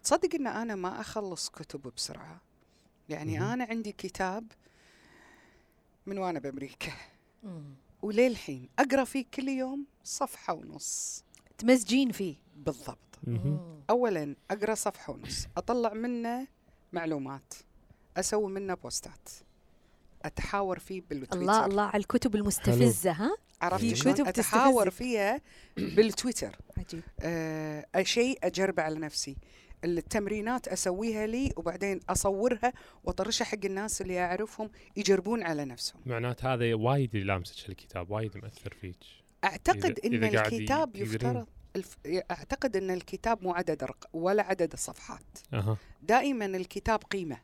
تصدق إن أنا ما أخلص كتب بسرعة. يعني أنا عندي كتاب من وأنا بأمريكا وليه الحين أقرأ فيه كل يوم صفحة ونص. تمزجين فيه بالضبط. أولاً أقرأ صفحة ونص، أطلع منه معلومات، أسوي منه بوستات، أتحاور فيه بالتويتر. الله الله على الكتب المستفزة. ها عرفت في شلون كتب أتحاور تستفزك. فيها بالتويتر. عجيب. شيء أجربه على نفسي، التمرينات أسويها لي وبعدين أصورها وأطرشها حق الناس اللي أعرفهم يجربون على نفسهم. معنات هذا وايد لامسك الكتاب، وايد مأثر فيك. أعتقد إن إذا الكتاب يفترض أعتقد أن الكتاب مو عدد ولا عدد الصفحات. دائما الكتاب قيمة.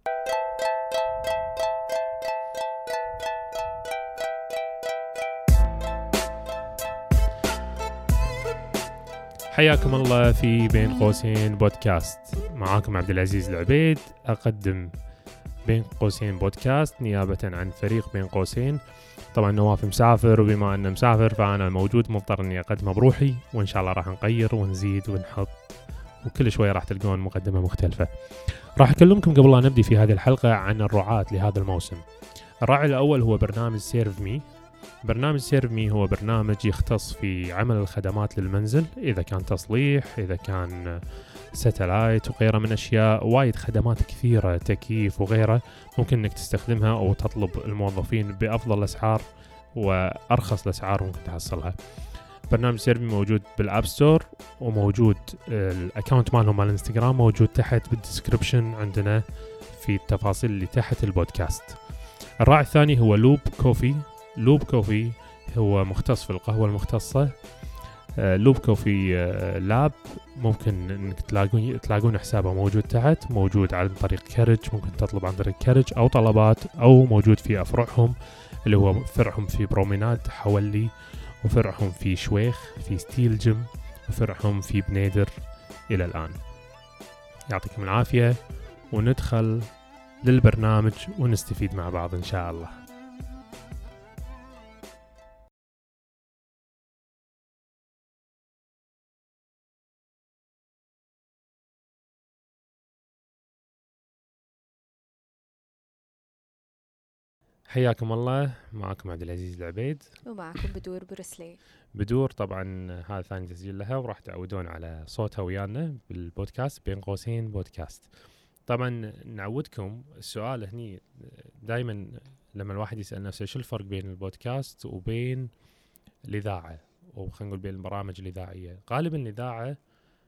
حياكم الله في بين قوسين بودكاست. معاكم عبد العزيز العبيد، أقدم بين قوسين بودكاست نيابة عن فريق بين قوسين. طبعا نواف مسافر، وبما أنه مسافر فأنا موجود مضطر أني أقدمه بروحي، وإن شاء الله راح نغير ونزيد ونحط، وكل شوية راح تلقون مقدمة مختلفة. راح أكلمكم قبل لا نبدي في هذه الحلقة عن الرعاة لهذا الموسم. الراعي الأول هو برنامج سيرف مي. برنامج سيرف مي هو برنامج يختص في عمل الخدمات للمنزل، إذا كان تصليح، إذا كان ساتلايت وغيره من أشياء. وايد خدمات كثيرة، تكييف وغيره، ممكن أنك تستخدمها أو تطلب الموظفين بأفضل الأسعار وأرخص الأسعار ممكن تحصلها. برنامج سيرف مي موجود بالأب ستور، وموجود الأكاونت مالهم على الانستغرام موجود تحت بالديسكريبشن عندنا في التفاصيل اللي تحت البودكاست. الراعي الثاني هو لوب كوفي. لوب كوفي هو مختص في القهوة المختصة. لوب كوفي لاب، ممكن انك تلاقون حسابه موجود تحت، موجود عن طريق كارج، ممكن تطلب عن طريق كارج او طلبات، او موجود في افرعهم اللي هو فرعهم في بروميناد حولي، وفرعهم في شويخ في ستيل جيم، وفرعهم في بنيدر الى الان. يعطيكم العافية، وندخل للبرنامج ونستفيد مع بعض ان شاء الله. حياكم الله، معكم عبد العزيز العبيد، ومعكم بدور برسلي. بدور طبعا هذا ثاني تسجيل لها، وراح تعودون على صوتها ويانا بالبودكاست بين قوسين بودكاست. طبعا نعودكم السؤال هني دائما لما الواحد يسأل نفسه شو الفرق بين البودكاست وبين الإذاعة، أو خلينا نقول بين البرامج الإذاعية. غالبا الإذاعة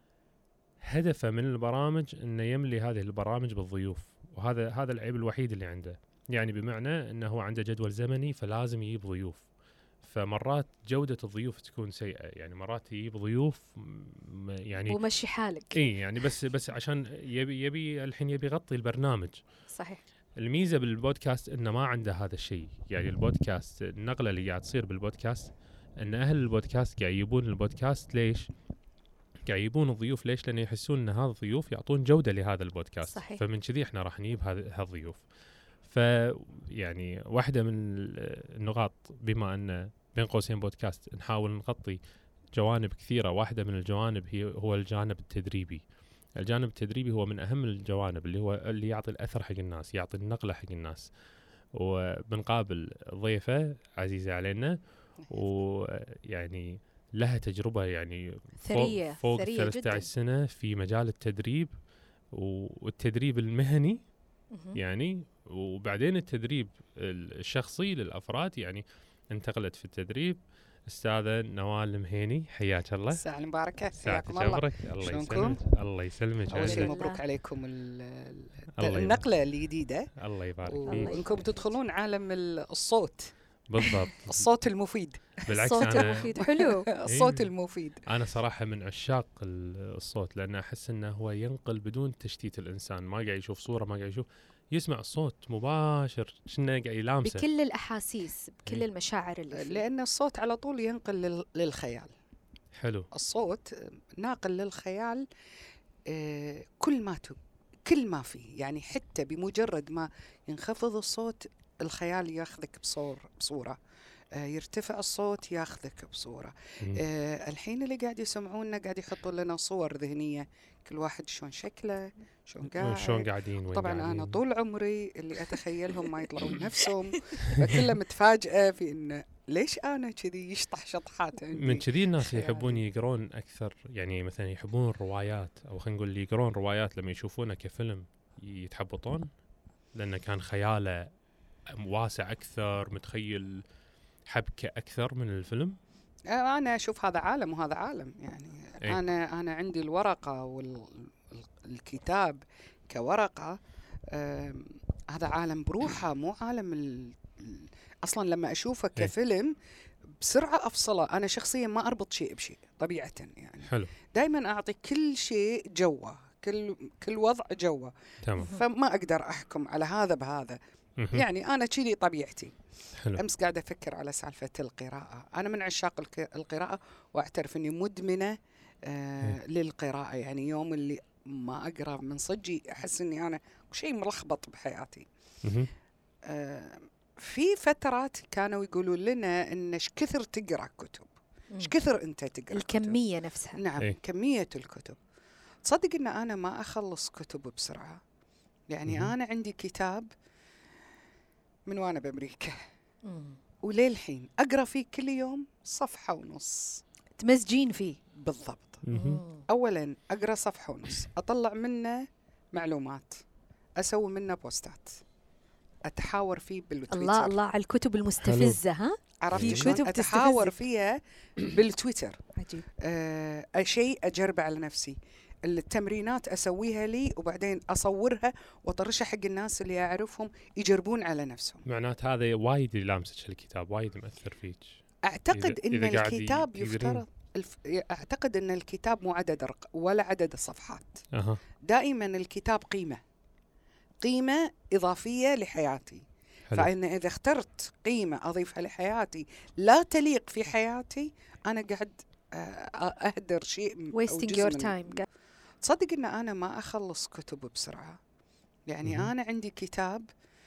هدفه من البرامج إنه يملي هذه البرامج بالضيوف، وهذا العيب الوحيد اللي عنده. يعني بمعنى أنه هو عنده جدول زمني فلازم يجيب ضيوف، فمرات جودة الضيوف تكون سيئة. يعني مرات يجيب ضيوف يعني ومشي حالك. يعني بس عشان يبي الحين يبي يغطي البرنامج. صحيح. الميزة بالبودكاست إنه ما عنده هذا الشيء. يعني البودكاست النقلة اللي قاعد تصير بالبودكاست إن أهل البودكاست قاعد يجيبون البودكاست. ليش؟ قاعد يجيبون الضيوف ليش؟ لأن يحسون إن هذا الضيوف يعطون جودة لهذا البودكاست. صحيح. فمن كذي إحنا راح نجيب هالضيوف. فيعني واحدة من النقاط، بما أن بين قوسين بودكاست نحاول نغطي جوانب كثيرة، واحدة من الجوانب هو الجانب التدريبي. الجانب التدريبي هو من أهم الجوانب، اللي يعطي الأثر حق الناس، يعطي النقلة حق الناس. وبنقابل ضيفة عزيزة علينا، ويعني لها تجربة يعني فوق 13 سنة في مجال التدريب والتدريب المهني يعني، وبعدين التدريب الشخصي للأفراد. يعني انتقلت في التدريب. أستاذة نوال المهيني، حياك الله. الساعة المباركة، حياكم الله. الله يسلمك. أول شيء مبروك عليكم النقلة الجديدة. الله يبارك فيك. وإنكم تدخلون عالم الصوت. بالضبط. الصوت المفيد. بالعكس الصوت المفيد حلو. الصوت المفيد. أنا صراحة من عشاق الصوت، لأن أحس أنه هو ينقل بدون تشتيت الإنسان. ما قاعد يشوف صورة، ما قاعد يشوف، يسمع الصوت مباشر، شنو قاعد يلامسه بكل الأحاسيس، بكل المشاعر اللي فيه. لأن الصوت على طول ينقل للخيال. حلو. الصوت ناقل للخيال. كل ما فيه، يعني حتى بمجرد ما ينخفض الصوت الخيال ياخذك بصورة. يرتفع الصوت ياخذك بصورة. الحين اللي قاعد يسمعونا قاعد يحطوا لنا صور ذهنية، كل واحد شلون شكله، شلون قاعدين. طبعا قاعدين. أنا طول عمري اللي أتخيلهم ما يطلعون نفسهم، فكله متفاجئة في إنه ليش أنا كذي يشطح شطحات عندي. من كذي الناس يحبون يقرون أكثر، يعني مثلا يحبون الروايات، أو خلينا نقول يقرون روايات لما يشوفونه كفيلم يتحبطون، لأنه كان خياله واسع أكثر، متخيل حبكة أكثر من الفيلم. أنا أشوف هذا عالم وهذا عالم، يعني إيه؟ أنا عندي الورقة والكتاب كورقة، هذا عالم بروحه، مو عالم أصلا لما أشوفه كفيلم بسرعة أفصله. أنا شخصيا ما أربط شيء بشيء طبيعة، يعني حلو. دايما أعطي كل شيء جوه، كل وضع جوه، تمام. فما أقدر أحكم على هذا بهذا. يعني أنا كذي طبيعتي. حلو. أمس قاعدة أفكر على سالفة القراءة. أنا من عشاق القراءة، وأعترف أني مدمنة للقراءة. يعني يوم اللي ما أقرأ من صدقي أحس أني أنا شيء ملخبط بحياتي. في فترات كانوا يقولوا لنا إن إيش كثر تقرأ كتب، إيش كثر أنت تقرأ الكمية كتب. نفسها. نعم. كمية الكتب. تصدق إن أنا ما أخلص كتب بسرعة. يعني أنا عندي كتاب من وأنا بأمريكا وللحين أقرأ فيه كل يوم صفحة ونص. تمزجين فيه بالضبط. أولا أقرأ صفحة ونص، أطلع منه معلومات، أسوي منه بوستات، أتحاور فيه بالتويتر. الله على الكتب المستفزة. ها، عرفت شلون أتحاور فيها بالتويتر. عجيب. شيء أجرب على نفسي، التمرينات أسويها لي وبعدين أصورها وأطرشها حق الناس اللي أعرفهم يجربون على نفسهم. معنات هذا وايد لامسك الكتاب، وايد مؤثر فيك. أعتقد إن الكتاب يفترض أعتقد أن الكتاب مو عدد ولا عدد الصفحات. دائما الكتاب قيمة إضافية لحياتي. حلو. فإن إذا اخترت قيمة أضيفها لحياتي لا تليق في حياتي، أنا قاعد أهدر شيء. wasting your time. تصدق إن أنا ما أخلص كتب بسرعة. يعني أنا عندي كتاب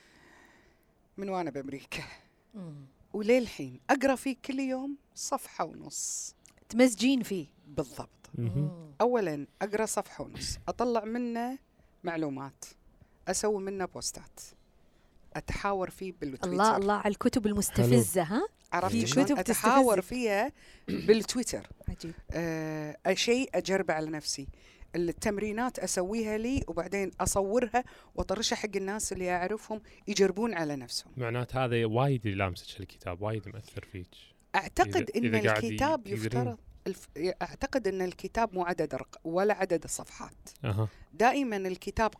من وأنا بأمريكا وللحين أقرأ فيه كل يوم صفحة ونص. تمزجين فيه. بالضبط. أولا أقرأ صفحة ونص، أطلع منه معلومات، أسوي منه بوستات، أتحاور فيه بالتويتر. الله على الكتب المستفزة. ها، عرفت شلون أتحاور فيها بالتويتر. عجيب. شيء أجرب على نفسي، التمرينات أسويها لي وبعدين أصورها وأطرشها حق الناس اللي أعرفهم يجربون على نفسهم. معنات هذا وايد لامسك الكتاب، وايد مؤثر فيك. أعتقد إن الكتاب يفترض أعتقد أن الكتاب مو عدد ولا عدد الصفحات. دائما الكتاب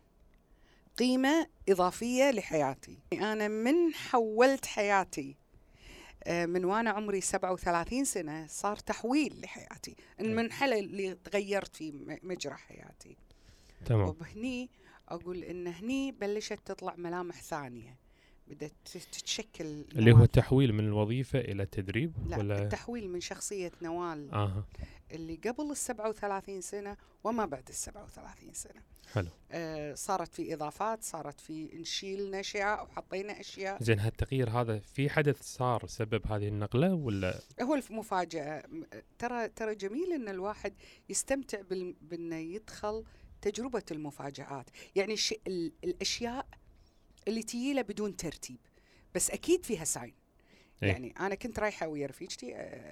قيمة إضافية لحياتي. أنا من حولت حياتي من وأنا عمري 37 سنة صار تحويل لحياتي، المنحلة اللي تغيرت في مجرى حياتي. تمام. وبهني أقول إن هني بلشت تطلع ملامح ثانية، بدأت تتشكل اللي هو التحويل من الوظيفة إلى التدريب. لا، ولا التحويل من شخصية نوال اللي قبل 37 سنة وما بعد 37 سنة. حلو. صارت في إضافات، صارت في نشيل أشياء وحطينا أشياء. زين، هالتغيير هذا في حدث صار سبب هذه النقلة ولا هو المفاجأة؟ ترى جميل إن الواحد يستمتع بأنه يدخل تجربة المفاجآت. يعني الأشياء اللي تيله بدون ترتيب، بس أكيد فيها ساين. يعني أنا كنت رايحة ويا رفيجتي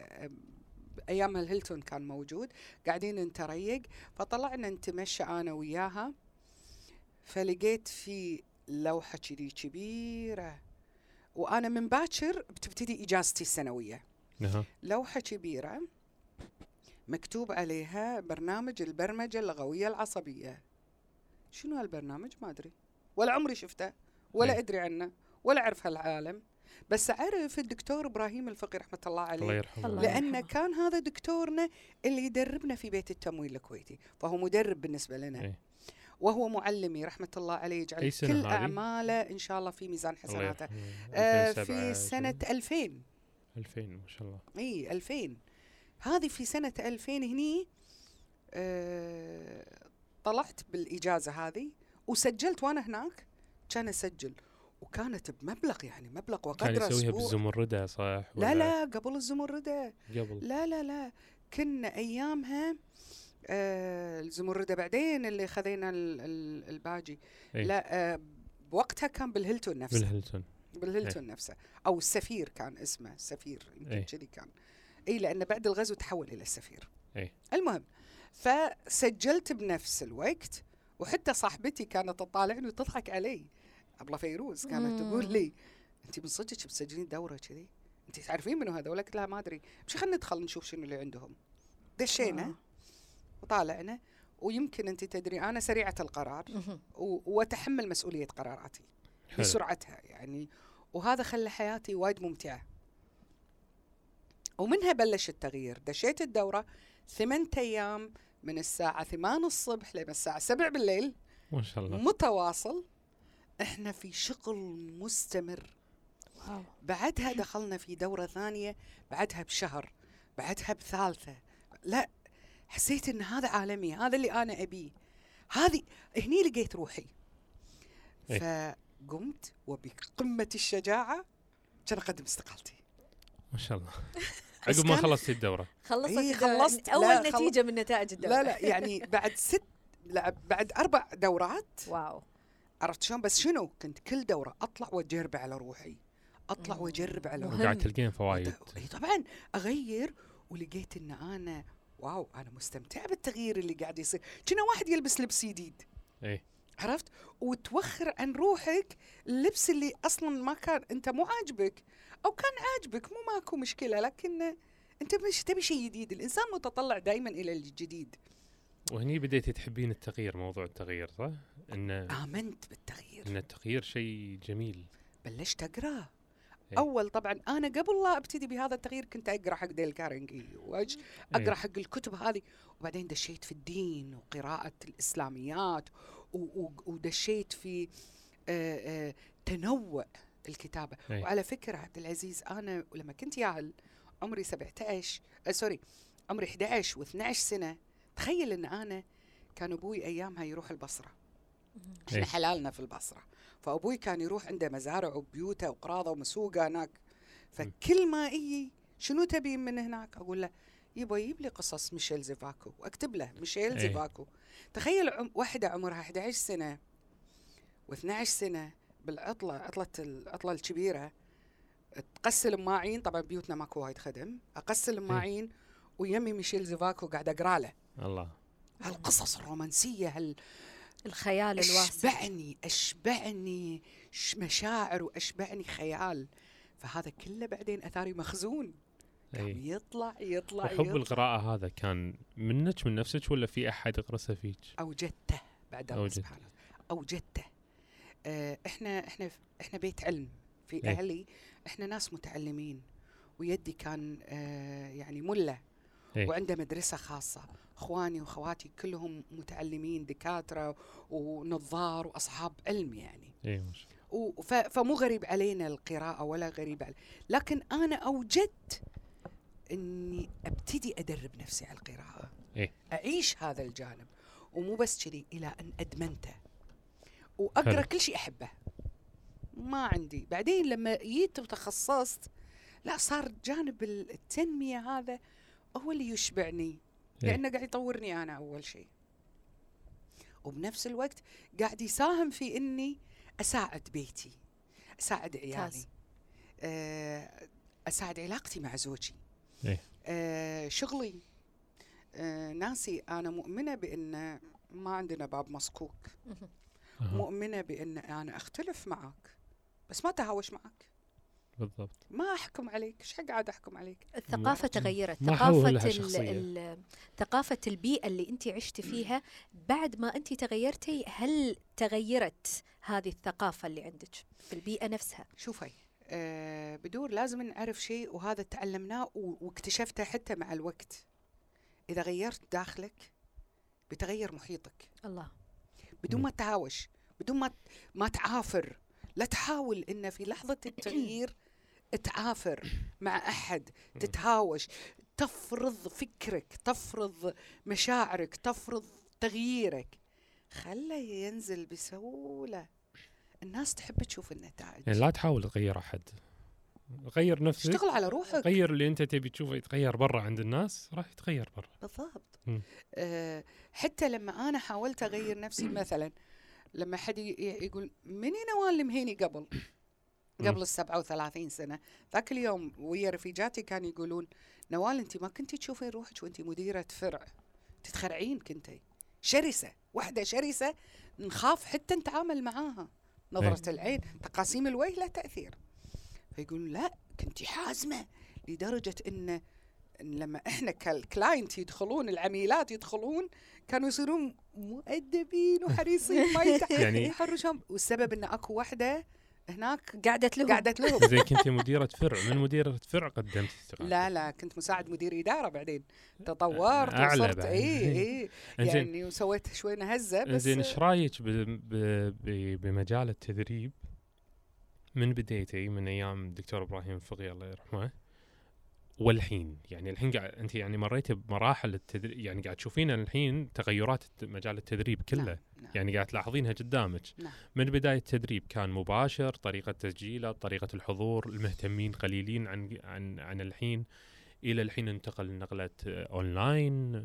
أيام الهيلتون كان موجود، قاعدين نتريق، فطلعنا نتمشى أنا وياها، فلقيت في لوحة كبيرة، وأنا من باكر بتبتدي إجازتي السنوية. لوحة كبيرة مكتوب عليها برنامج البرمجة اللغوية العصبية. شنو هالبرنامج؟ ما أدري، ولا عمري شفته، ولا أدري عنه، ولا أعرف هالعالم. بس أعرف الدكتور إبراهيم الفقي رحمة الله عليه، الله يرحمه، لأن كان هذا دكتورنا اللي يدربنا في بيت التمويل الكويتي، فهو مدرب بالنسبة لنا. وهو معلمي رحمة الله عليه، يجعل كل أعماله إن شاء الله في ميزان حسناته. في سنة 2000 ما شاء الله. 2000 هذه في سنة 2000 هني طلعت بالإجازة هذه وسجلت، وأنا هناك كان أسجل، وكانت بمبلغ، يعني مبلغ كان وقدره يسويها أسبوع. بالزمردة صح؟ لا قبل الزمردة. قبل. لا كنا أيامها الزمردة بعدين اللي خذينا الباجي. إيه؟ لا بوقتها كان بالهيلتون نفسه. بالهيلتون إيه؟ نفسه، أو السفير كان اسمه، السفير يمكن إيه؟ كذي كان. اي لأن بعد الغزو تحول إلى السفير. إيه؟ المهم فسجلت بنفس الوقت، وحتى صاحبتي كانت تطالعني وتضحك علي، أبلة فيروز، كانت تقول لي أنت من صدقك بتسجلين دورة كذي؟ أنت تعرفين منو هذا؟ قلت لا ما أدري، مش خلينا ندخل نشوف شنو اللي عندهم. دشينا وطالعنا، ويمكن أنت تدري أنا سريعة القرار وأتحمل مسؤولية قراراتي بسرعتها يعني، وهذا خلى حياتي وايد ممتعة. ومنها بلش التغيير. دشيت الدورة 8 أيام من الساعة 8 الصبح لما الساعة 7 بالليل، ما شاء الله، متواصل. احنا في شغل مستمر. بعدها دخلنا في دورة ثانية، بعدها بشهر، بعدها بثالثة. لا حسيت ان هذا عالمي، هذا اللي انا ابيه، هذه هني لقيت روحي. فقمت وبقمة الشجاعة كان اقدم استقالتي. ما شاء الله. عقب ما خلصت الدورة؟ خلصت أول نتيجة من نتائج الدورة. لا يعني بعد 4 دورات. واو. عرفت شلون؟ بس شنو، كنت كل دورة أطلع وأجرب على روحي، أطلع وأجرب على روحي. وقاعد تلقين فوايد. اي طبعا أغير، ولقيت إن أنا واو أنا مستمتع بالتغيير اللي قاعد يصير. كنا واحد يلبس لبس جديد، إيه؟ عرفت؟ وتوخر عن روحك اللبس اللي أصلا ما كان أنت مو عاجبك، أو كان عاجبك مو ماكو مشكلة، لكن أنت مش تبي شيء جديد. الإنسان متطلع دائما إلى الجديد. وهني بديتي تحبين التغيير، موضوع التغيير صح؟ آمنت بالتغيير، إن التغيير شيء جميل. بلشت أقرأ. إيه؟ أول طبعا أنا قبل لا أبتدي بهذا التغيير كنت أقرأ حق ديل كارنيجي أقرأ حق الكتب هذه، وبعدين دشيت في الدين وقراءة الإسلاميات، ودشيت في تنوع الكتابة. إيه؟ وعلى فكرة عبد العزيز، أنا لما كنت ياهل عمري 11 و12 سنة، تخيل أن أنا كان أبوي أيامها يروح البصرة. إحنا إيه؟ حلالنا في البصرة، فأبوي كان يروح عنده مزارع وبيوته وقراضة ومسوقة هناك. فكل ما إيي شنو تبين من هناك أقول له يبا يجيب لي قصص ميشيل زيفاكو، وأكتب له ميشيل زيفاكو. تخيل واحدة عمرها 11 سنة و12 سنة بالعطلة الكبيرة تغسل الماعين. طبعا بيوتنا ماكو وايد خدم، أغسل الماعين ويمي ميشيل زيفاكو قاعد أقرأ له. الله، هالقصص الرومانسية، الخيال الواسع أشبعني مشاعر وأشبعني خيال. فهذا كله بعدين أثاري مخزون. يطلع وحب القراءة هذا كان منك من نفسك ولا في أحد غرسه فيك؟ أوجدته بعد الله سبحانه، أوجدته. إحنا بيت علم في أهلي، إحنا ناس متعلمين، ويدي كان يعني ملة، وعنده مدرسة خاصة. اخواني واخواتي كلهم متعلمين، دكاترة ونظار واصحاب علم يعني. فمو غريب علينا القراءة ولا غريب علي، لكن انا اوجدت اني ابتدي ادرب نفسي على القراءة، اعيش هذا الجانب، ومو بس كذي، الى ان ادمنته واقرا كل شيء احبه. ما عندي بعدين لما جيت وتخصصت، لا صار جانب التنمية هذا هو اللي يشبعني، لأنه قاعد يطورني أنا أول شيء، وبنفس الوقت قاعد يساهم في إني أساعد بيتي، أساعد عيالي، أساعد علاقتي مع زوجي، شغلي. ناسي أنا مؤمنة بأن ما عندنا باب مسكوك، مؤمنة بأن أنا أختلف معك بس ما تهاوش معك. بالضبط. ما أحكم عليك، إيش حق عاد أحكم عليك؟ الثقافة تغيرت، ثقافة البيئة اللي أنت عشت فيها. بعد ما أنت تغيرتي، هل تغيرت هذه الثقافة اللي عندك في البيئة نفسها؟ شوفي، بدور لازم نعرف شيء، وهذا تعلمناه واكتشفته حتى مع الوقت. إذا غيرت داخلك بتغير محيطك. الله. بدون ما تهاوش، بدون ما تعافر. لا تحاول إن في لحظة التغيير تعافر مع أحد، تتهاوش، تفرض فكرك، تفرض مشاعرك، تفرض تغييرك. خله ينزل بسهولة. الناس تحب تشوف النتائج. يعني لا تحاول تغير أحد، غير نفسك، اشتغل على روحك، غير اللي أنت تبي تشوفه يتغير برا عند الناس راح يتغير برا. بالضبط. مم. حتى لما أنا حاولت أغير نفسي مثلا، لما حد يقول مني نوال المهيني قبل 37 سنة، ذاك اليوم ويا رفيجاتي كانوا يقولون نوال أنت ما كنتي تشوفين روحك وأنت مديرة فرع، تتخرعين، كنتي شرسة، واحدة شرسة نخاف حتى نتعامل معاها، نظرة العين، تقاسيم الوجه لا تأثير. فيقولون لا كنتي حازمة لدرجة إن لما إحنا كالكلاينت يدخلون، العميلات يدخلون، كانوا يصيرون مؤدبين وحريصين ما يعني يحرشهم، والسبب إن أكو واحدة هناك قعدت لهم. زي كنت مديرة فرع، من مديرة فرع قدمت استقالة. لا كنت مساعد مدير إدارة، بعدين تطورت وصرت يعني وسويت شوي نهزة. بس زين ايش رايك بمجال التدريب من بدايتي من ايام الدكتور ابراهيم الفقي الله يرحمه والحين؟ يعني الحين قاعد انت يعني مريت بمراحل التدريب، يعني قاعد تشوفين الحين تغيرات مجال التدريب كله. نعم. يعني قاعد تلاحظينها قدامك. نعم. من بداية التدريب كان مباشر، طريقة تسجيله، طريقة الحضور، المهتمين قليلين عن الحين، الى الحين انتقل نقلة اونلاين،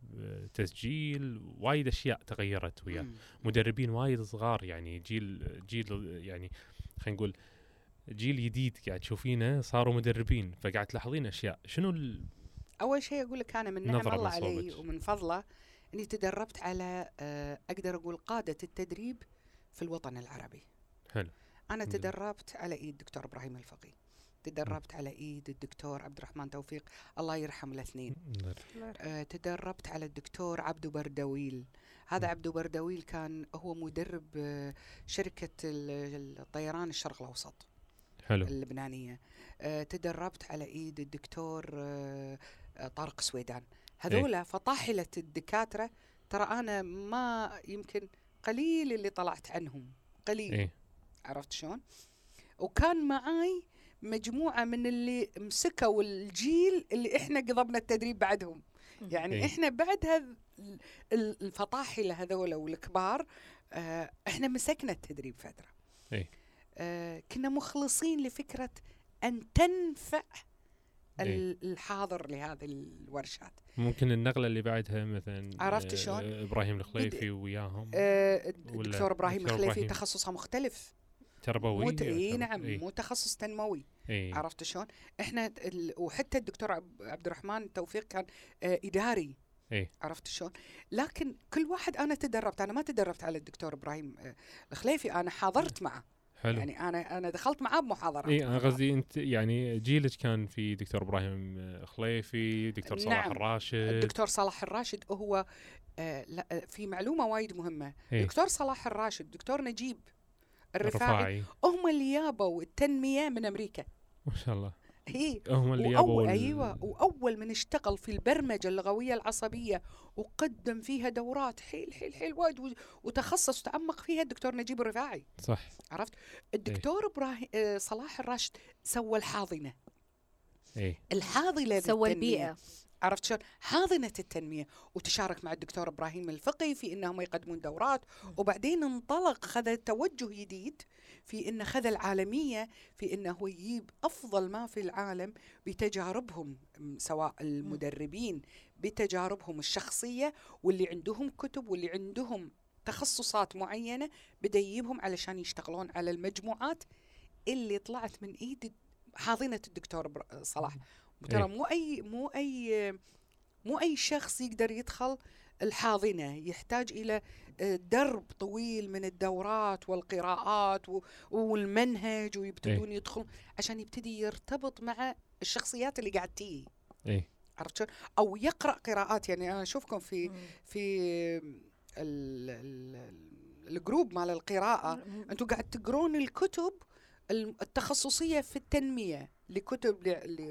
تسجيل، وايد اشياء تغيرت وياه. مدربين وايد صغار، يعني جيل يعني خلينا نقول جيل جديد قاعد تشوفينه صاروا مدربين، فقاعد تلاحظين اشياء. شنو اول شيء اقول لك انا من نعم الله علي ومن فضله اني تدربت على اقدر اقول قاده التدريب في الوطن العربي. حلو. انا تدربت على ايد الدكتور ابراهيم الفقي، تدربت على ايد الدكتور عبد الرحمن توفيق الله يرحم الاثنين، تدربت على الدكتور عبدو بردويل. هذا عبدو بردويل كان هو مدرب شركه الطيران الشرق الاوسط. حلو. اللبنانيه. تدربت على ايد الدكتور طارق سويدان. هذولا فطاحله الدكاتره، ترى انا ما يمكن قليل اللي طلعت عنهم، قليل. عرفت شلون؟ وكان معاي مجموعة من اللي مسكوا الجيل اللي احنا قضبنا التدريب بعدهم. يعني احنا بعد الفطاحلة هذولا والكبار احنا مسكنا التدريب فترة. كنا مخلصين لفكرة ان تنفع الحاضر لهذه الورشات. ممكن النقلة اللي بعدها مثلا عرفت شلون؟ ابراهيم الخليفي وياهم. الدكتور ابراهيم الخليفي تخصصه مختلف، تربوي. نعم. مو تخصص تنموي. عرفت شلون؟ احنا وحتى الدكتور عبد الرحمن توفيق كان اداري. عرفت شلون؟ لكن كل واحد انا تدربت، انا ما تدربت على الدكتور ابراهيم الخليفي، انا حاضرت معه. حلو. يعني انا دخلت معاه بمحاضرات. انا قصدي انت يعني جيلك كان في دكتور ابراهيم الخليفي، دكتور صلاح الراشد. الدكتور صلاح الراشد هو لا في معلومه وايد مهمه. دكتور صلاح الراشد، دكتور نجيب الرفاعي هم اللي جابوا التنميه من امريكا. ما شاء الله. هم اللي جابوا. ايوه. واول من اشتغل في البرمجه اللغويه العصبيه وقدم فيها دورات حيل وايد وتخصص وتعمق فيها الدكتور نجيب الرفاعي. صح. عرفت؟ الدكتور ابراهيم صلاح الراشد سوى الحاضنه. الحاضنه سوى البيئه. عرفت شلون؟ حاضنة التنمية، وتشارك مع الدكتور إبراهيم الفقي في إنهم يقدمون دورات، وبعدين انطلق، خذ توجه جديد في إنه خذ العالمية في إنه هو يجيب أفضل ما في العالم بتجاربهم، سواء المدربين بتجاربهم الشخصية واللي عندهم كتب واللي عندهم تخصصات معينة، بدأ يجيبهم علشان يشتغلون على المجموعات اللي طلعت من إيد حاضنة الدكتور صلاح. ترى مو أي شخص يقدر يدخل الحاضنة، يحتاج إلى درب طويل من الدورات والقراءات والمنهج، ويبتدون يدخلون عشان يبتدي يرتبط مع الشخصيات اللي قاعد تيجي. عرفت شلون؟ أو يقرأ قراءات. يعني أنا أشوفكم في الجروب مال القراءة، أنتوا قاعد تقرون الكتب التخصصية في التنمية لكتب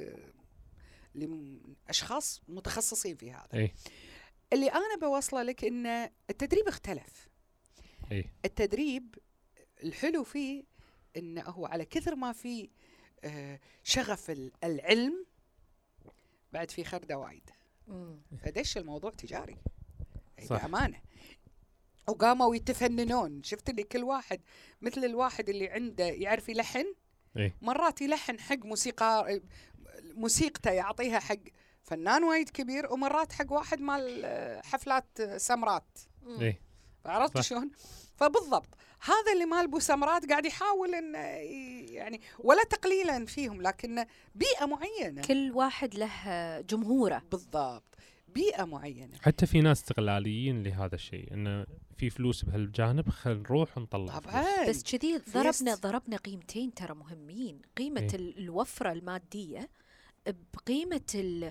لأشخاص متخصصين في هذا. اللي أنا بوصله لك إن التدريب اختلف. التدريب الحلو فيه إنه هو على كثر ما فيه شغف العلم، بعد فيه خردة وايد، فدش الموضوع تجاري بأمانة. وقاموا يتفننون. شفت اللي كل واحد مثل الواحد اللي عنده يعرف يلحن، إيه. مرات يلحن حق موسيقته يعطيها حق فنان وايد كبير، ومرات حق واحد مال حفلات سمرات. إيه. عرفت شلون؟ فبالضبط هذا اللي مال بو سمرات قاعد يحاول ان يعني ولا تقليلا فيهم، لكن بيئة معينة، كل واحد له جمهوره. بالضبط، بيئة معينة. حتى في ناس استغلاليين لهذا الشيء، انه في فلوس بهالجانب، خل نروح ونطلع طبعا بس كذي ضربنا قيمتين ترى مهمين، قيمة إيه؟ الوفرة المادية بقيمة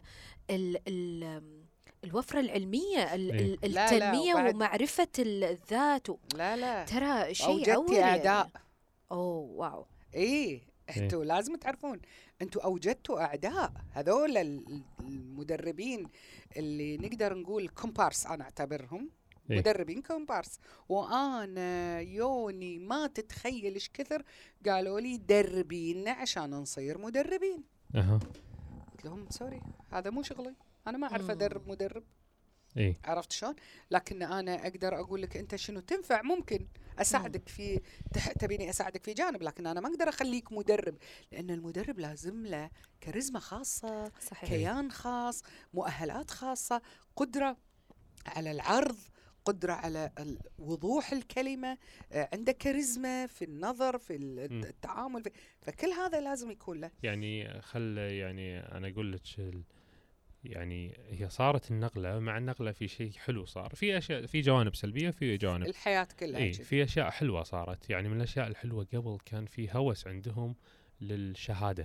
الوفرة العلمية، إيه؟ التنمية لا، ومعرفة الذات. لا ترى شيء أوجدتي عوي أعداء. يعني. أوه واو. إيه انتوا لازم تعرفون، انتوا اوجدتوا اعداء. هذول المدربين اللي نقدر نقول كومبارس، انا اعتبرهم إيه؟ مدربين كومبارس. وانا يوني ما تتخيل ايش كثر قالوا لي دربينا عشان نصير مدربين. اها. قلت لهم سوري، هذا مو شغلي، انا ما اعرف ادرب مدرب. إيه؟ عرفت شلون؟ لكن انا اقدر اقول لك انت شنو تنفع، ممكن اساعدك في تبيني اساعدك في جانب، لكن انا ما اقدر اخليك مدرب، لان المدرب لازم له كاريزما خاصه، صحيح. كيان خاص، مؤهلات خاصه، قدره على العرض، قدره على وضوح الكلمه، عنده كاريزما في النظر، في التعامل، فكل هذا لازم يكون له. يعني يعني انا اقول لك يعني هي صارت النقله، مع النقله في شيء حلو صار، في اشياء، في جوانب سلبيه، في جوانب الحياه كلها. اي في اشياء حلوه صارت. يعني من الاشياء الحلوه قبل كان في هوس عندهم للشهاده،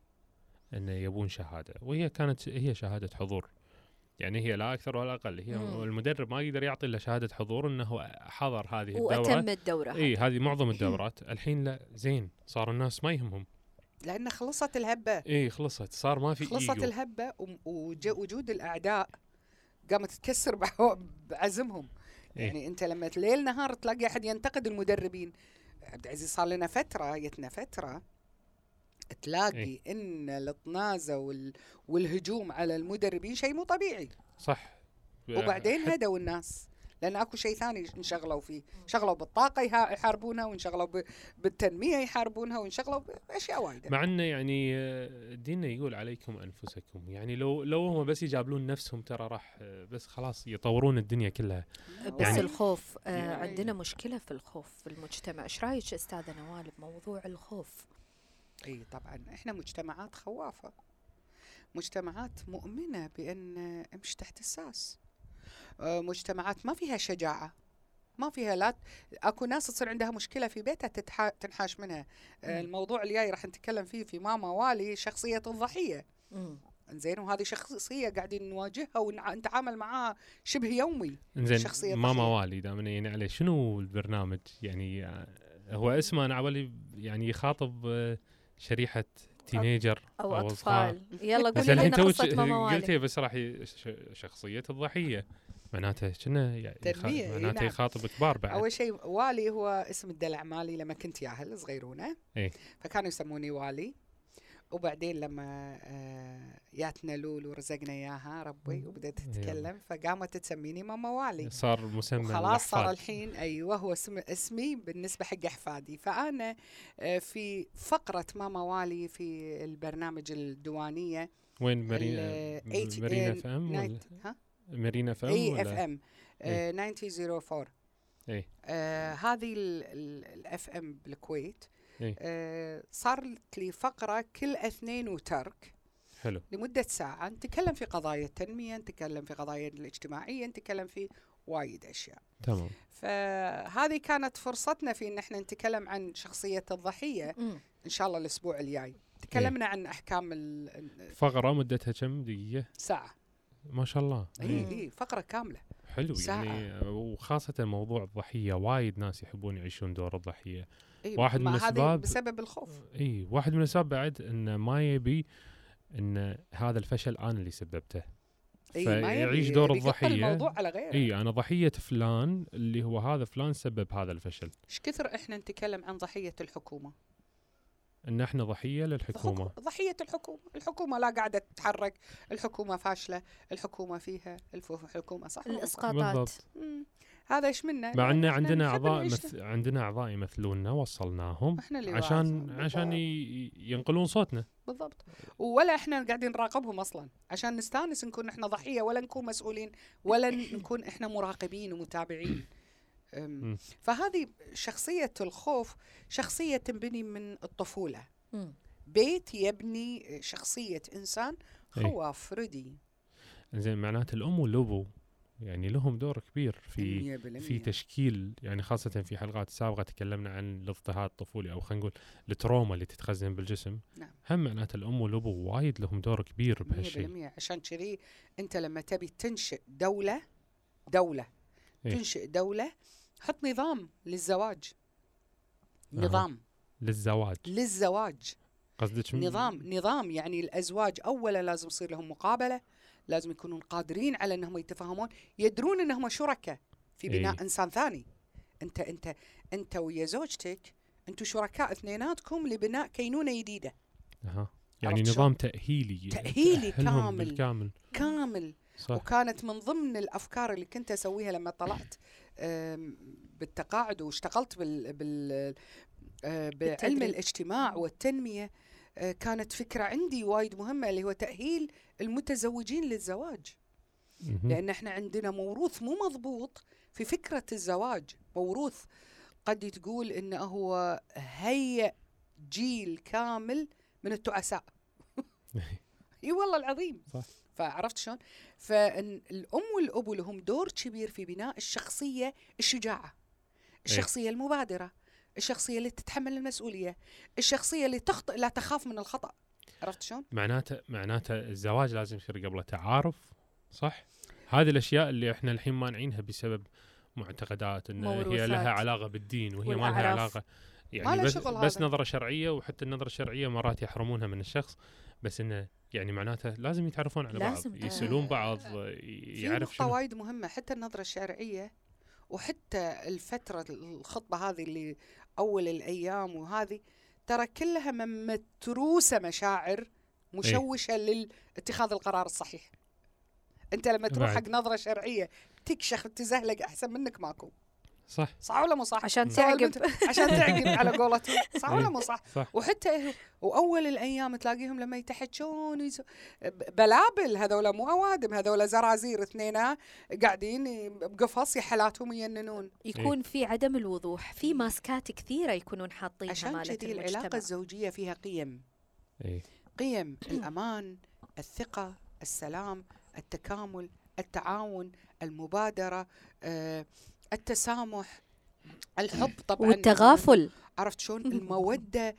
انه يبون شهاده، وهي كانت هي شهاده حضور، يعني هي لا اكثر ولا اقل. هي المدرب ما يقدر يعطي الا شهاده حضور انه حضر هذه الدوره واتم الدوره. اي هذه معظم الدورات. الحين لا، زين صار الناس ما يهمهم، لأن خلصت الهبة. اي خلصت، صار ما في خلصت إيجو. الهبة، ووجود الأعداء قامت تكسر بعزمهم. إيه؟ يعني أنت لما ليل نهار تلاقي أحد ينتقد المدربين. عبد العزيز صار لنا فترة، جتنا فترة تلاقي إيه؟ إن الطنازة والهجوم على المدربين شيء مو طبيعي. صح. وبعدين هدوا الناس، لأن أكو شيء ثاني انشغلوا فيه، شغلوا بالطاقة يحاربونها، وانشغلوا بالتنمية يحاربونها، وانشغلوا بأشياء وايدة. مع انه يعني ديننا يقول عليكم انفسكم، يعني لو هم بس يجابلون نفسهم ترى راح بس خلاص يطورون الدنيا كلها. بس يعني الخوف عندنا مشكلة في الخوف في المجتمع. ايش رايك استاذة نوال بموضوع الخوف؟ اي طبعا احنا مجتمعات خوافة، مجتمعات مؤمنة بأن امشي تحت الساس، مجتمعات ما فيها شجاعة، ما فيها لا اكو ناس تصير عندها مشكلة في بيتها تنحاش منها. الموضوع اللي جاي راح نتكلم فيه في ماما والي، شخصية الضحية. زين، وهذه شخصية قاعدين نواجهها ونتعامل معها شبه يومي. زين، ماما والي دائما يعني عليه شنو البرنامج؟ يعني هو اسمه انا عولي يعني يخاطب شريحة تينيجر أو أطفال. يلا قولي لنا قصة ماما والي. قلتي بس راح شخصية الضحية، معناته كنا يعني معناته يخاطب كبار بعد. أول شيء والي هو اسم الدلع مالي لما كنت ياهل صغيرونة. إيه؟ فكانوا يسموني والي. وبعدين لما ياتنا لول ورزقنا اياها ربي وبدأت تتكلم، فقامت تسميني ماما والي، صار مسمى خلاص صار الحين ايوه هو اسمي بالنسبه حق احفادي. فانا في فقره ماما والي في البرنامج الديوانيه. وين مارينا اف ام ولا مارينا اف ام؟ اي اف ام 9004. اي هذه الاف ام بالكويت. إيه؟ صارت لي فقرة كل اثنين وترك، حلو، لمدة ساعة، نتكلم في قضايا التنمية، نتكلم في قضايا الاجتماعية، نتكلم في وايد أشياء. تمام. فهذه كانت فرصتنا في إن احنا نتكلم عن شخصية الضحية. إن شاء الله الأسبوع الجاي تكلمنا عن أحكام فقرة مدتها كم دقيقة؟ ساعة. ما شاء الله. إيه فقرة كاملة. حلو ساعة. يعني وخاصة موضوع الضحية، وايد ناس يحبون يعيشون دور الضحية. واحد من الأسباب بسبب الخوف. واحد من الأسباب بعد إنه ما يبي إن هذا الفشل أنا اللي سببته، فيعيش دور الضحية. الموضوع على غيره. أنا ضحية فلان، اللي هو هذا فلان سبب هذا الفشل. إيش كثر إحنا نتكلم عن ضحية الحكومة، إن إحنا ضحية للحكومة. ضحية الحكومة لا قاعدة تتحرك، الحكومة فاشلة، الحكومة فيها الحكومة صح، الإسقاطات. هذا ايش منا؟ مع ان إحنا عندنا نحب اعضاء نعيش. عندنا اعضاء يمثلوننا وصلناهم احنا اللي عشان واعظهم. ينقلون صوتنا. بالضبط. ولا احنا قاعدين نراقبهم اصلا عشان نستانس نكون احنا ضحيه، ولا نكون مسؤولين، ولا نكون احنا مراقبين ومتابعين. فهذه شخصيه الخوف شخصيه تنبني من الطفوله. بيت يبني شخصيه انسان خواف ردي. زين، معناته الام والابو يعني لهم دور كبير 100%. في تشكيل، يعني خاصة في حلقات سابقة تكلمنا عن الاضطهاد الطفولي، أو خلينا نقول التروما اللي تتخزن بالجسم. نعم. هم معناته الأم والأبو وايد لهم دور كبير 100%. بهالشيء. عشان كذي أنت لما تبي تنشئ دولة تنشئ دولة، حط نظام للزواج. نظام للزواج. قصدك نظام يعني الأزواج أولا لازم يصير لهم مقابلة، لازم يكونون قادرين على أنهم يتفاهمون، يدرون أنهم شركاء في بناء إنسان ثاني. أنت ويا زوجتك أنتوا شركاء اثنيناتكم لبناء كينونة جديدة. يعني نظام تأهيلي كامل. صح. وكانت من ضمن الأفكار اللي كنت أسويها لما طلعت بالتقاعد واشتغلت بعلم الاجتماع والتنمية، كانت فكرة عندي وايد مهمة اللي هو تأهيل المتزوجين للزواج. لأن احنا عندنا موروث مو مضبوط في فكرة الزواج، موروث قد تقول إنه هو هيئ جيل كامل من التعساء. اي والله العظيم. صح. فعرفت شلون؟ فالأم والأبو لهم دور كبير في بناء الشخصية الشجاعة، الشخصية المبادرة، الشخصية اللي تتحمل المسؤولية، الشخصية اللي تخطئ لا تخاف من الخطأ. عرفت شلون؟ معناته الزواج لازم يصير قبله تعارف، صح؟ هذه الأشياء اللي احنا الحين مانعينها بسبب معتقدات إن هي لها علاقة بالدين، وهي ما لها علاقة، يعني بس نظرة شرعية، وحتى النظرة الشرعية مرات يحرمونها من الشخص، بس إنه يعني معناته لازم يتعرفون على بعض، يسألون بعض، يعرف شنو. وايد مهمة حتى النظرة الشرعية، وحتى الفترة الخطبة هذه اللي أول الأيام، وهذه ترى كلها متروسة مشاعر مشوشة لاتخاذ القرار الصحيح. أنت لما تروح حق نظرة شرعية تكشخ وتزهلق أحسن منك ماكو. صح ولا مو صح؟ عشان تعقب على قولتهم. صح ولا مو صح؟ وحتى وأول الأيام تلاقيهم لما يتحجون بلابل، هذولا مو أوادم، هذولا زرازير اثنين قاعدين بقفص يحلاتهم يننون. يكون في عدم الوضوح، في ماسكات كثيرة يكونون حاطينها. عشان كذي العلاقة الزوجية فيها قيم الأمان، الثقة، السلام، التكامل، التعاون، المبادرة، التسامح، الحب طبعا، والتغافل. عرفت شلون؟ المودة،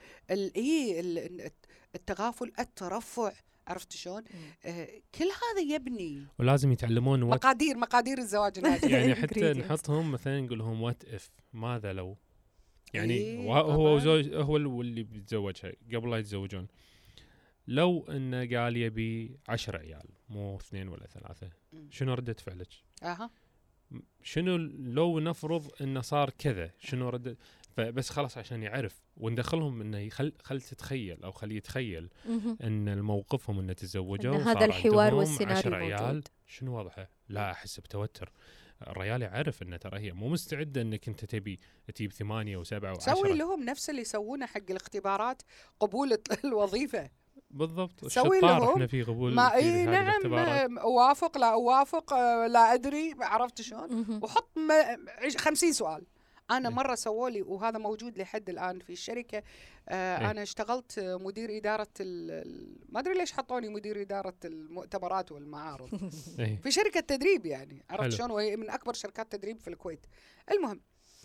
التغافل، الترفع، عرفت شلون؟ كل هذا يبني. ولازم يتعلمون مقادير الزواج يعني حتى نحطهم مثلا نقول لهم وات اف، ماذا لو، يعني هو زوج، هو اللي بيتزوجها قبل لا يتزوجون، لو انه قال يبي 10 عيال مو 2 ولا 3، شنو ردة فعلك؟ شنو لو نفرض انه صار كذا، شنو ردة؟ فبس خلاص عشان يعرف، وندخلهم انه خل تتخيل، او خليه يتخيل ان الموقفهم انه تزوجوا هذا الحوار والسيناريو 10 عيال، شنو وضعه؟ لا احس بتوتر. الرجال يعرف انه ترى هي مو مستعده انك انت تجيب 8 و7 و10. سوي لهم نفس اللي يسوونه حق الاختبارات قبول الوظيفه. بالضبط. سوي لهم احنا في قبول ما نعم، اوافق لا اوافق لا ادري، عرفت شلون؟ وحط 50 سؤال. انا مره سووا لي، وهذا موجود لحد الان في الشركه. انا اشتغلت مدير اداره ما ادري ليش حطوني مدير اداره المؤتمرات والمعارض في شركه تدريب، يعني عرفت شلون، وهي من اكبر شركات تدريب في الكويت. المهم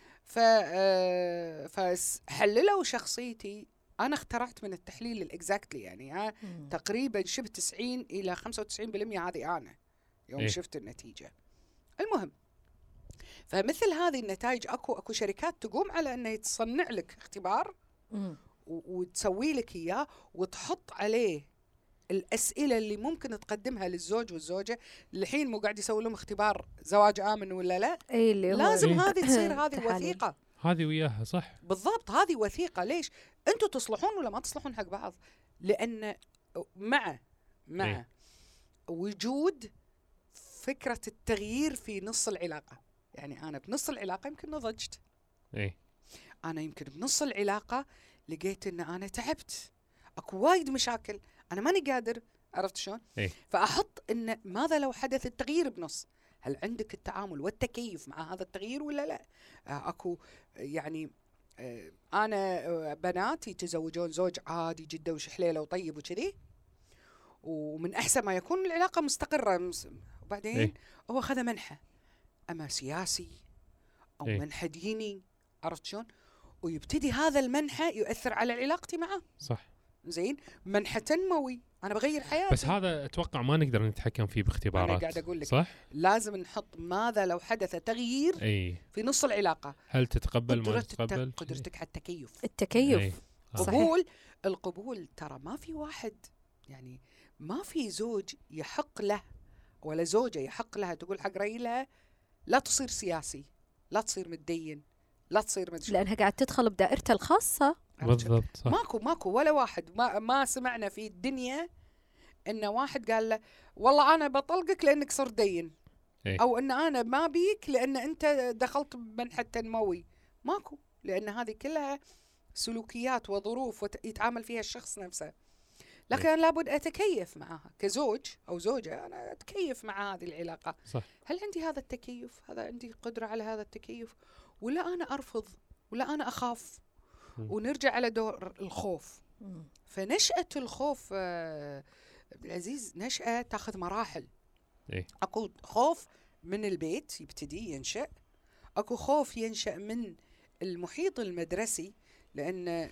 فحللوا شخصيتي. أنا اخترعت من التحليل الإكزاكتلي، يعني تقريبا شبه 90 إلى 95% هذه أنا يوم شفت النتيجة. المهم فمثل هذه النتائج أكو شركات تقوم على أنه تصنع لك اختبار وتسوي لك إياه، وتحط عليه الأسئلة اللي ممكن تقدمها للزوج والزوجة. الحين مو قاعد يسوي لهم اختبار زواج آمن ولا لا، لازم هذه تصير هذه وثيقة، هذه وياها صح بالضبط. هذه وثيقة. ليش؟ أنتوا تصلحون ولا ما تصلحون حق بعض؟ لأن مع وجود فكرة التغيير في نص العلاقة. يعني أنا بنص العلاقة يمكن نضجت، اي أنا يمكن بنص العلاقة لقيت إن أنا تعبت، أكو وايد مشاكل أنا ماني قادر، عرفت شلون؟ إيه. فأحط إن ماذا لو حدث التغيير بنص؟ هل عندك التعامل والتكيف مع هذا التغيير ولا لا؟ أكو يعني أنا بناتي يتزوجون زوج عادي جدا وشحليلة وطيب وكذي، ومن أحسن ما يكون العلاقة مستقرة، وبعدين إيه. هو خذ منحة أما سياسي أو إيه. منحة ديني، عرفت شلون؟ ويبتدي هذا المنحة يؤثر على علاقتي معه. صح. زين، منحة تنموي، أنا بغير حياتي. بس هذا أتوقع ما نقدر نتحكم فيه باختبارات. أنا قاعد أقول لك صح؟ لازم نحط ماذا لو حدث تغيير في نص العلاقة. هل تتقبل ما تتقبل؟ قدرتك على التكيف. التكيف. قبول. القبول ترى ما في واحد، يعني ما في زوج يحق له ولا زوجة يحق لها تقول حق ريلها لا تصير سياسي، لا تصير متدين، لا تصير مدري، لأنها قاعد تدخل بدائرتها الخاصة. بالضبط. صح. ماكو ولا واحد، ما سمعنا في الدنيا إن واحد قال له والله أنا بطلقك لأنك صرت دين، أو إن أنا ما بيك لأن أنت دخلت بمنحة تنموي. ماكو، لأن هذه كلها سلوكيات وظروف يتعامل فيها الشخص نفسه. لكن أنا لابد أتكيف معها كزوج أو زوجة، أنا أتكيف مع هذه العلاقة. صح. هل عندي هذا التكيف؟ هذا عندي قدرة على هذا التكيف؟ ولا أنا أرفض؟ ولا أنا أخاف؟ ونرجع على دور الخوف. فنشأة الخوف عبد العزيز نشأة تأخذ مراحل. أكو خوف من البيت يبتدي ينشأ، أكو خوف ينشأ من المحيط المدرسي، لأن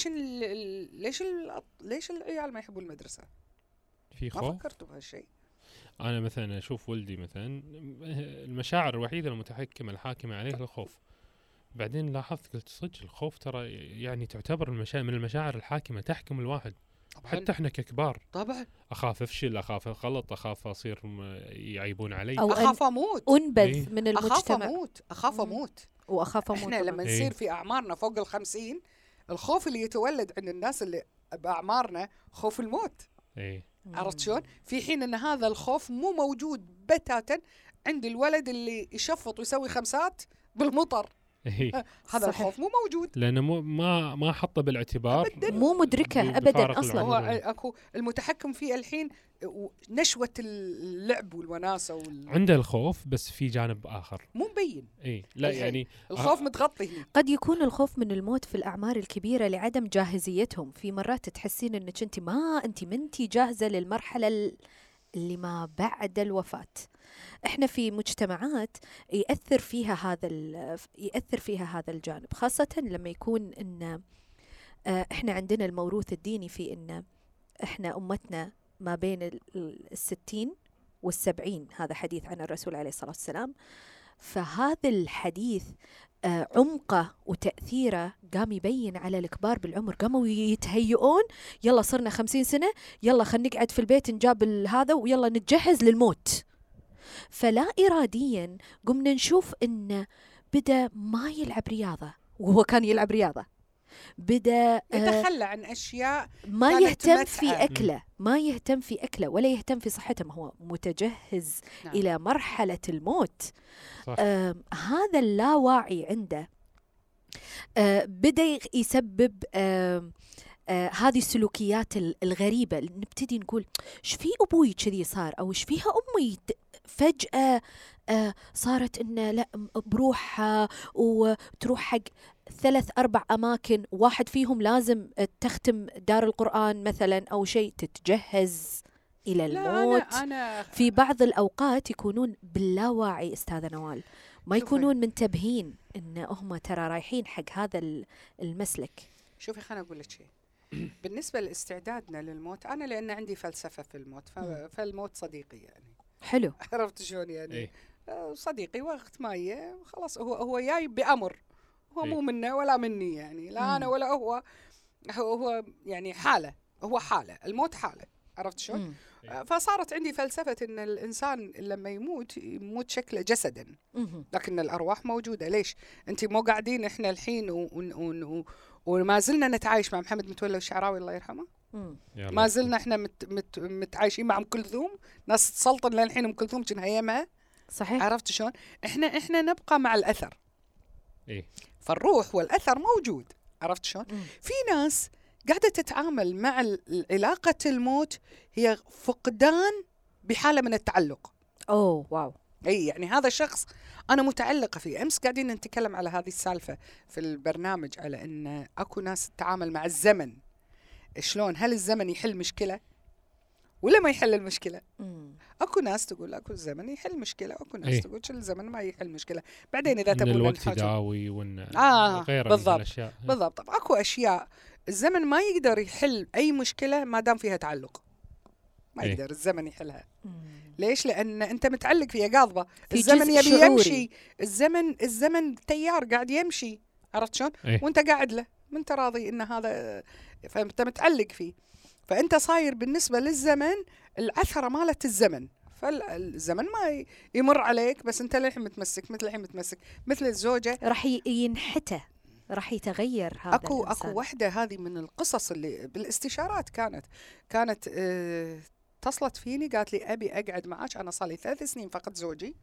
ليش العيال ما يحبوا المدرسة؟ في خوف. ما فكرتوا بهالشيء؟ أنا مثلا أشوف ولدي مثلا المشاعر الوحيدة المتحكمة الحاكمة عليه الخوف. بعدين لاحظت قلت صدق الخوف ترى يعني تعتبر من المشاعر الحاكمة تحكم الواحد. حتى احنا ككبار طبعا اخاف افشل، اخاف غلط، اخاف اصير يعيبون علي، أو اخاف اموت، انبذ من المجتمع، اخاف اموت واخاف اموت. احنا لما نصير في اعمارنا فوق ال50 الخوف اللي يتولد عند الناس اللي باعمارنا خوف الموت. عرفت شلون؟ في حين ان هذا الخوف مو موجود بتاتا عند الولد اللي يشفط ويسوي خمسات بالمطر. هذا الخوف مو موجود لانه ما حطه بالاعتبار، مو مدركه ابدا اصلا. هو اكو المتحكم فيه الحين نشوه اللعب والوناسه عنده الخوف بس في جانب اخر مو مبين. لا يعني الخوف متغطي هنا. قد يكون الخوف من الموت في الاعمار الكبيره لعدم جاهزيتهم. في مرات تحسين انك انت منتي جاهزه للمرحله اللي ما بعد الوفاه. احنا في مجتمعات يأثر فيها هذا الجانب، خاصة لما يكون ان احنا عندنا الموروث الديني في ان احنا امتنا ما بين 60 و70. هذا حديث عن الرسول عليه الصلاة والسلام. فهذا الحديث عمقه وتأثيره قام يبين على الكبار بالعمر، قاموا يتهيئون يلا صرنا 50 سنة، يلا خلينا نقعد في البيت نجاب هذا ويلا نتجهز للموت. فلا إراديا قمنا نشوف إنه بدأ ما يلعب رياضة وهو كان يلعب رياضة، بدأ يتخلى عن أشياء ما يهتم في أكله، ما يهتم في أكله ولا يهتم في صحته، ما هو متجهز إلى مرحلة الموت. هذا اللاواعي عنده بدأ يسبب هذه السلوكيات الغريبة. نبتدي نقول ايش في أبوي كذي صار، أو ايش فيها أمي فجأة صارت إنه لا بروحها وتروح حق 3-4 أماكن، واحد فيهم لازم تختم دار القرآن مثلا أو شيء، تتجهز إلى الموت. أنا في بعض الأوقات يكونون باللاواعي أستاذة نوال، ما يكونون منتبهين إن هم ترى رايحين حق هذا المسلك. شوفي خليني أقول لك شيء بالنسبة لاستعدادنا للموت. أنا لأن عندي فلسفة في الموت، فالموت صديقي يعني. حلو. عرفت شلون يعني؟ صديقي وقت ما يجي خلاص هو جاي بأمر، هو مو منه ولا مني يعني، لا أنا ولا هو يعني حالة، هو حالة، الموت حالة. عرفت شلون؟ فصارت عندي فلسفة إن الإنسان لما يموت شكله جسدا، لكن الأرواح موجودة. ليش؟ أنت مو قاعدين إحنا الحين وما زلنا نتعايش مع محمد متولي والشعراوي الله يرحمه، ما زلنا إحنا متعايشين مع أم كلثوم، ناس تسلطن للحين أم كلثوم كان هيامها. صحيح. عرفت شلون؟ احنا نبقى مع الأثر. إيه. فالروح والأثر موجود. عرفت شلون؟ في ناس قاعدة تتعامل مع علاقة الموت هي فقدان بحالة من التعلق. أوه واو. أي يعني هذا شخص أنا متعلقة فيه. أمس قاعدين نتكلم على هذه السالفة في البرنامج، على أن أكو ناس تتعامل مع الزمن شلون، هل الزمن يحل مشكلة ولا ما يحل المشكلة؟ أكو ناس تقول أكو الزمن يحل مشكلة، أكو ناس تقول الزمن ما يحل مشكلة. بعدين إذا تبون الوقت يداوي غير بالضبط الأشياء. بالضبط. طب أكو أشياء الزمن ما يقدر يحل أي مشكلة ما دام فيها تعلق، ما يقدر الزمن يحلها. ليش؟ لأن أنت متعلق فيها قاضبة. الزمن يبي يمشي، الزمن تيار قاعد يمشي. عرفت شلون؟ وأنت قاعد له ما أنت راضي إن هذا، فأنت متعلق فيه. فأنت صاير بالنسبة للزمن العثرة مالت الزمن. فالزمن ما يمر عليك، بس أنت للحين متمسك مثل الزوجة راح ينحتى، راح يتغير هذا أكو وحدة هذه من القصص اللي بالاستشارات كانت اتصلت فيني قالت لي أبي أقعد معك، أنا صار لي 3 سنين فقدت زوجي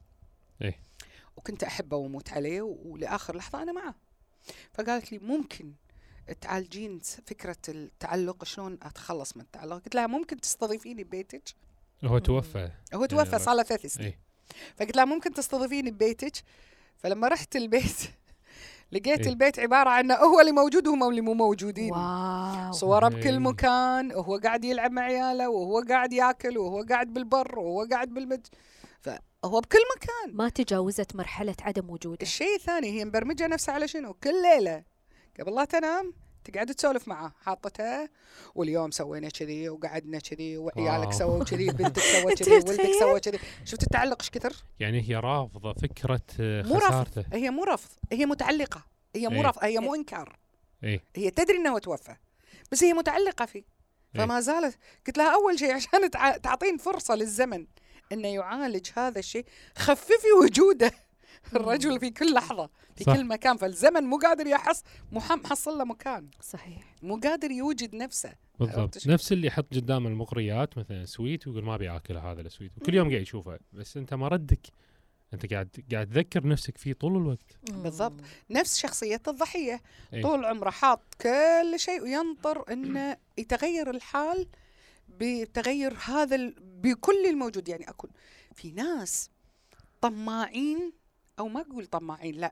وكنت أحبه وموت عليه ولآخر لحظة أنا معه. فقالت لي ممكن تعالجين فكرة التعلق، شلون أتخلص من التعلق؟ قلت لها ممكن تستضيفيني ببيتك. هو توفى صار له 3 سنين. فقلت لها ممكن تستضيفيني ببيتك. فلما رحت البيت لقيت البيت عبارة عن هو اللي موجود وهم اللي مو موجودين. صوره بكل مكان، وهو قاعد يلعب مع عياله، وهو قاعد ياكل، وهو قاعد بالبر، وهو قاعد فهو بكل مكان. ما تجاوزت مرحلة عدم وجوده. الشيء الثاني هي مبرمجة نفسها على شنو؟ كل ليلة قبل لا تنام تقعد تسولف معه، حاطتها واليوم سوينا كذي وقعدنا كذي وعيالك سووا كذي، بنتك سوت كذي، ولدك سوى كذي. شفت التعلق ايش كثر؟ يعني هي رافضة فكرة خسارته. هي مو رفض، هي متعلقة. هي مو رفض، هي مو إنكار. هي تدري انه توفى بس هي متعلقة فيه. فما زالت. قلت لها أول شيء عشان تعطين فرصة للزمن إنه يعالج هذا الشيء، خففي وجوده الرجل في كل لحظة في كل مكان. فالزمن مو قادر يحص، محصل له مكان. صحيح. مو قادر يوجد نفسه. بالضبط. نفس اللي يحط قدام المقريات مثلا سويت ويقول ما بياكل هذا السويت، وكل يوم قاعد يشوفه، بس انت ما ردك، انت قاعد تذكر نفسك فيه طول الوقت. بالضبط. نفس شخصية الضحية. طول عمره حاط كل شيء وينطر انه يتغير الحال بتغير هذا بكل الموجود. يعني اكون في ناس طماعين، او ما اقول طماعين، لا،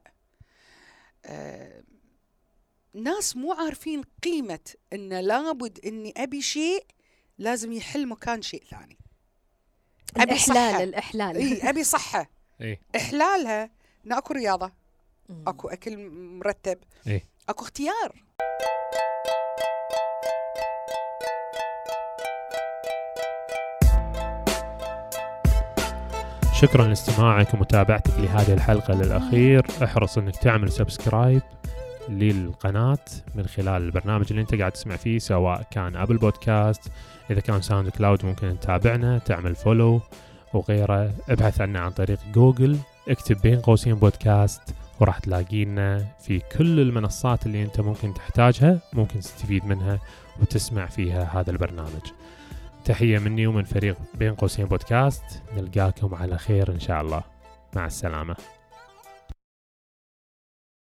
ناس مو عارفين قيمة ان لابد اني ابي شيء لازم يحل مكان شيء ثاني. ابي صحة. الإحلال. ابي صحة. إحلالها إن أكو رياضة، أكو أكل مرتب، أكو اختيار. شكرا لاستماعك ومتابعتك لهذه الحلقة للأخير. احرص أنك تعمل سبسكرايب للقناة من خلال البرنامج اللي انت قاعد تسمع فيه، سواء كان أبل بودكاست، إذا كان ساوند كلاود ممكن تتابعنا، تعمل فولو وغيره. ابحث عنا عن طريق جوجل، اكتب بين قوسين بودكاست وراح تلاقينا في كل المنصات اللي انت ممكن تحتاجها، ممكن تستفيد منها وتسمع فيها هذا البرنامج. تحية مني ومن فريق بين قوسين بودكاست، نلقاكم على خير إن شاء الله. مع السلامة.